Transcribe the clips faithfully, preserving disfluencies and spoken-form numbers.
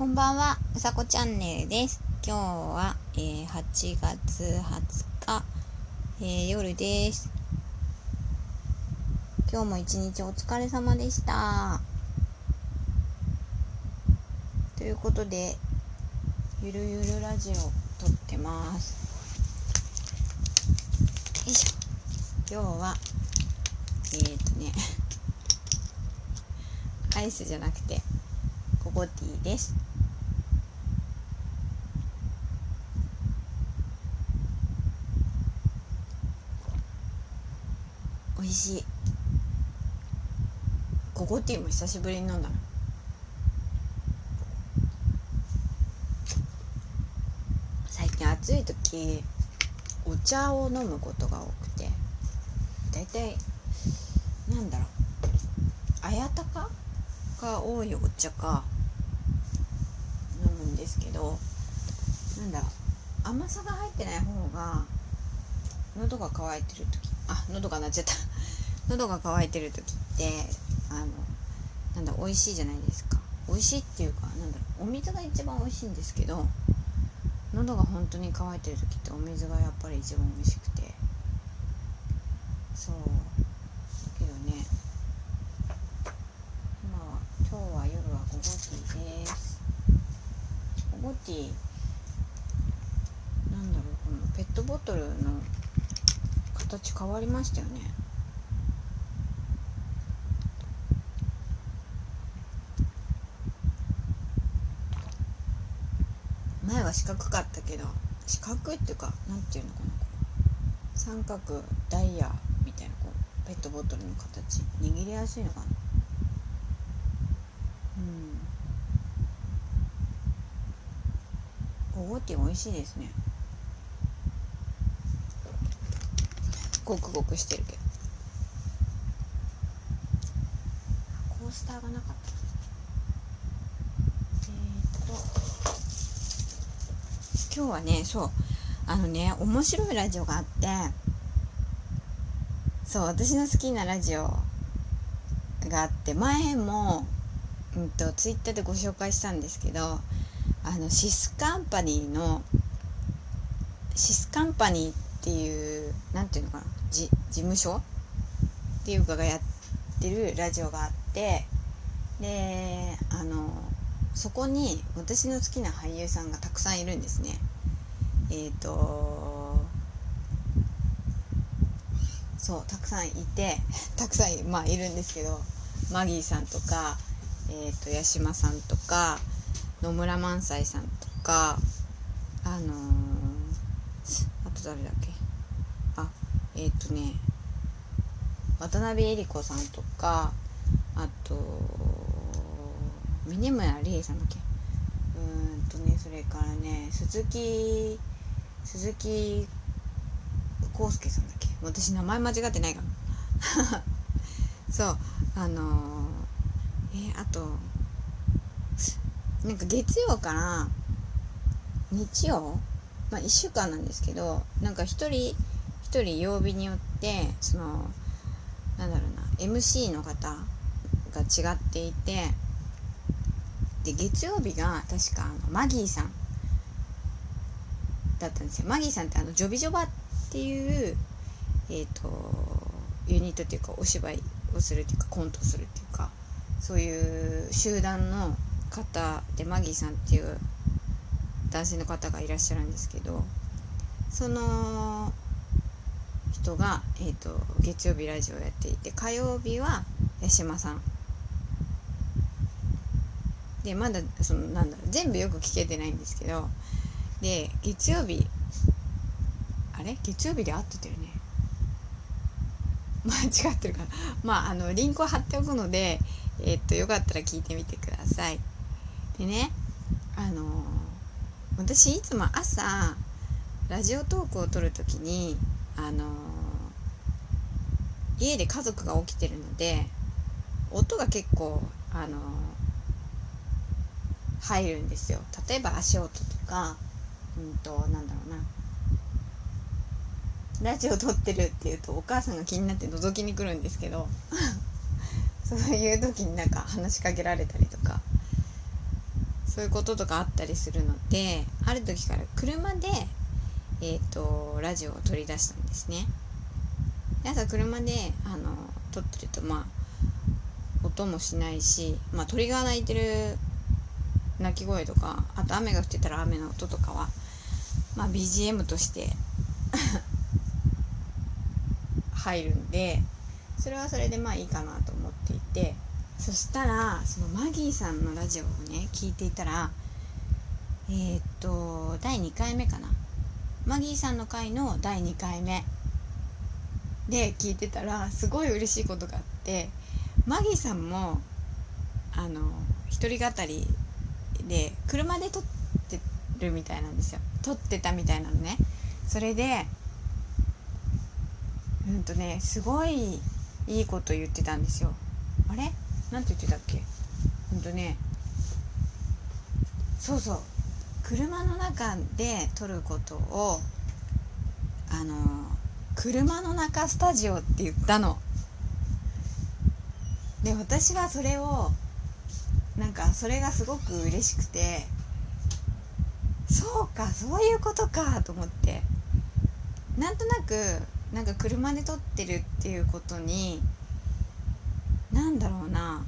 こんばんは、うさこチャンネルです。今日は、えー、はちがつはつか、えー、夜です。今日も一日お疲れ様でした。ということで、ゆるゆるラジオ撮ってます。よいしょ。今日は、えーとね、アイスじゃなくて、ココティーです。美味しい。ココティーも久しぶりに飲んだの。最近暑い時お茶を飲むことが多くて、だいたいなんだろうあやたかが多いお茶か飲むんですけど、なんだろう甘さが入ってない方が喉が渇いてる時あ喉が鳴っちゃった喉が渇いてる時ってあのなんだ美味しいじゃないですか。美味しいっていうかなんだろうお水が一番美味しいんですけど、喉が本当に乾いてる時ってお水がやっぱり一番美味しくて、そうだけどね、今は今日は夜はゴゴティーです。ゴゴティーなんだろうこのペットボトルの形変わりましたよね。前は四角かったけど、四角っていうかなんていうのかな、三角ダイヤみたいなこうペットボトルの形握りやすいのかな。うんゴゴティー美味しいですね。ゴクゴクしてるけどコースターがなかった。えー、っと今日はねそうあのね面白いラジオがあって、そう私の好きなラジオがあって、前も、うん、とツイッターでご紹介したんですけど、あのシスカンパニーのシスカンパニーっていうなんていうのかなじ事務所っていうかがやってるラジオがあって、であのそこに私の好きな俳優さんがたくさんいるんですね。えっ、ー、とそうたくさんいてたくさんまあいるんですけど、マギーさんとか、えー、と八島さんとか野村萬斎さんとか、あのー、あと誰だっけあえっ、ー、とね渡辺恵里子さんとか、あと峯村理恵さんだっけ、うーんとねそれからね鈴木鈴木康介さんだっけ、私名前間違ってないかなそうあのー、えー、あとなんか月曜から日曜まあいっしゅうかんなんですけど、なんか一人一人曜日によってそのなんだろうな エムシー の方が違っていて、で月曜日が確かあのマギーさんだったんですよ。マギーさんってあのジョビジョバっていうえっ、ー、とユニットっていうかお芝居をするっていうかコントするっていうかそういう集団の方で、マギーさんっていう男性の方がいらっしゃるんですけど、その人が、えー、と月曜日ラジオをやっていて、火曜日は八島さんで、まだそのなんだろう全部よく聞けてないんですけど、で月曜日あれ月曜日で合ってたよね間違ってるかなまああのリンクを貼っておくので、えー、っとよかったら聞いてみてください。でねあのー、私いつも朝ラジオトークを撮るときにあのー、家で家族が起きてるので音が結構あのー、入るんですよ。例えば足音とか、うんとなんだろうなラジオ撮ってるっていうとお母さんが気になって覗きに来るんですけどそういう時になんか話しかけられたりとかそういうこととかあったりするので、ある時から車でえっとラジオを取り出したんですね。で朝車であの撮ってると、まあ音もしないし、まあ鳥が鳴いてる鳴き声とか、あと雨が降ってたら雨の音とかはまあ ビージーエム として入るんで、それはそれでまあいいかなと思っていて、そしたらそのマギーさんのラジオをね聞いていたら、えー、っとだいにかいめかな、マギーさんの回のだいにかいめで聞いてたらすごい嬉しいことがあって、マギーさんもあの一人語りで車で撮ってるみたいなんですよ。撮ってたみたいなのね。それでうんとねすごいいいこと言ってたんですよ。あれなんて言ってたっけ。うんとねそうそう、車の中で撮ることをあの車の中スタジオって言ったので、私はそれをなんかそれがすごく嬉しくて、そうかそういうことかと思って、なんとなくなんか車で撮ってるっていうことに、なんだろうな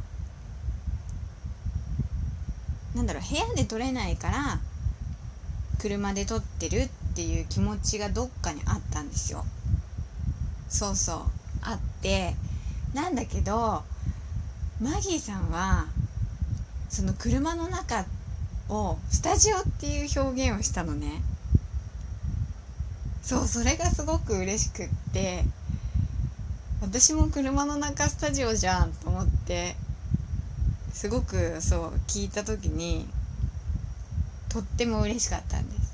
なんだろう部屋で撮れないから車で撮ってるっていう気持ちがどっかにあったんですよ。そうそうあって、なんだけどマギーさんはその車の中をスタジオっていう表現をしたのね。そう、それがすごく嬉しくって、私も車の中スタジオじゃんと思って、すごくそう聞いた時にとっても嬉しかったんです。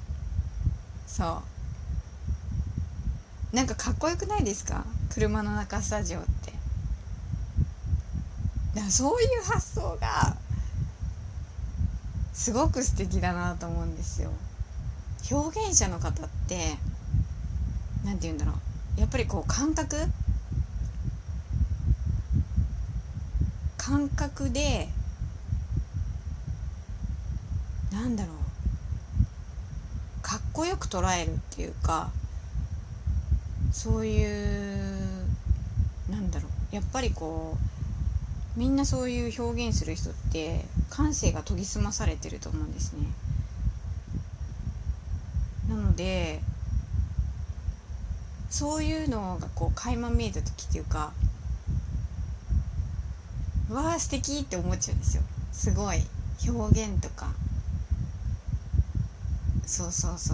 そうなんかかっこよくないですか、車の中スタジオって。だからそういう発想がすごく素敵だなと思うんですよ。表現者の方ってなんて言うんだろう、やっぱりこう感覚感覚でなんだろうかっこよく捉えるっていうか、そういうなんだろうやっぱりこうみんなそういう表現する人って感性が研ぎ澄まされてると思うんですね。なのでそういうのがこう垣間見えた時っていうか、うわー素敵って思っちゃうんですよ。すごい表現とか、そうそうそう、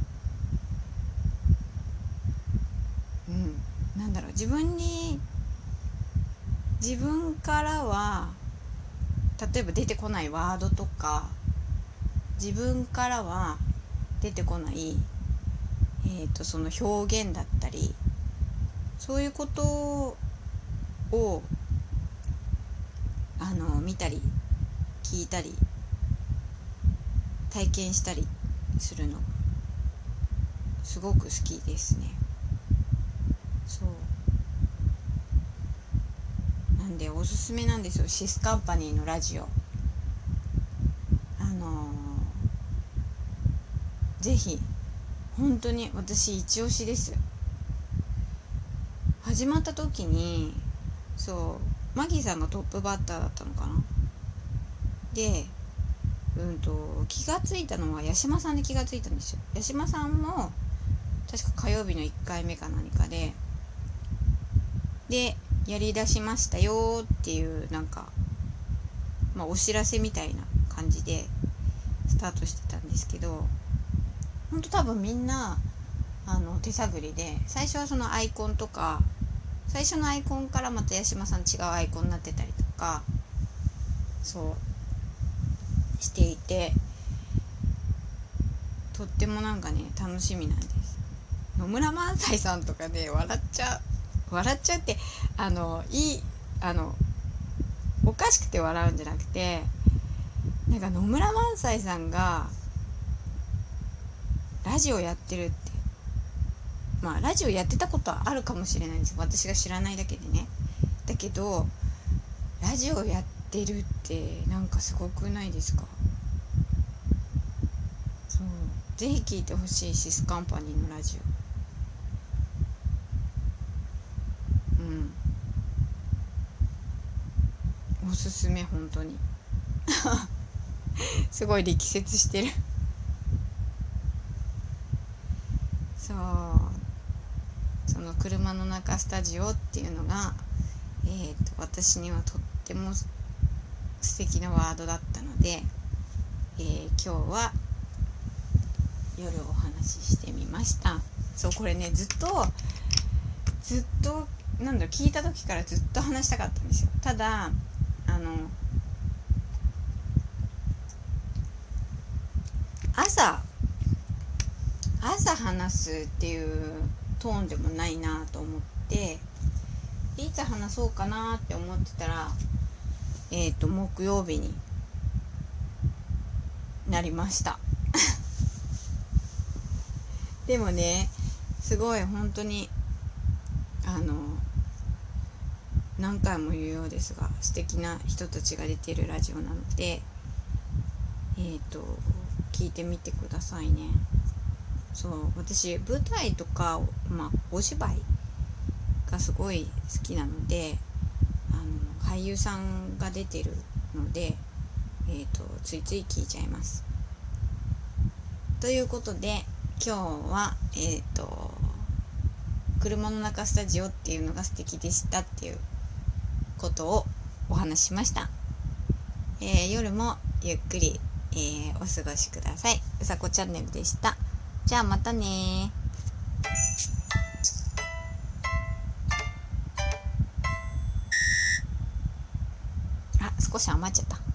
うんなんだろう自分に自分からは例えば出てこないワードとか、自分からは出てこない、えーと、その表現だったり、そういうことをあの見たり聞いたり体験したりするのすごく好きですね。そうなんでおすすめなんですよ、シスカンパニーのラジオ。あのー、ぜひ本当に私一押しです。始まった時にそうマギーさんがトップバッターだったのかな。でうんと気がついたのは八島さんで気がついたんですよ。八島さんも確か火曜日のいっかいめか何かででやりだしましたよっていうなんか、まあ、お知らせみたいな感じでスタートしてたんですけど、ほんと多分みんなあの手探りで、最初はそのアイコンとか最初のアイコンからまた八島さん違うアイコンになってたりとかそうしていて、とってもなんかね楽しみなんです。野村萬斎さんとかで笑っちゃう笑っちゃうってあのいいあのおかしくて笑うんじゃなくて、なんか野村萬斎さんがラジオやってるって、まあラジオやってたことはあるかもしれないんですよ、私が知らないだけでね。だけどラジオやってるってなんかすごくないですか。 そうぜひ聞いてほしい、シスカンパニーのラジオ。うんおすすめ、本当にすごい力説してるそうその車の中スタジオっていうのが、えー、と私にはとっても素敵なワードだったので、えー、今日は夜お話ししてみました。そうこれねずっとずっとなんだろう聞いた時からずっと話したかったんですよ。ただあの朝朝話すっていうトーンでもないなと思って、いつ話そうかなって思ってたら、えっと木曜日になりましたでもねすごい本当にあの何回も言うようですが素敵な人たちが出てるラジオなので、えっと聞いてみてくださいね。そう私舞台とか、まあ、お芝居がすごい好きなので、あの俳優さんが出てるので、えーと、ついつい聞いちゃいます。ということで今日は、えーと、車の中スタジオっていうのが素敵でしたっていうことをお話ししました。えー、夜もゆっくり、えー、お過ごしください。うさこチャンネルでした。じゃあまたね。あ、少し余っちゃった。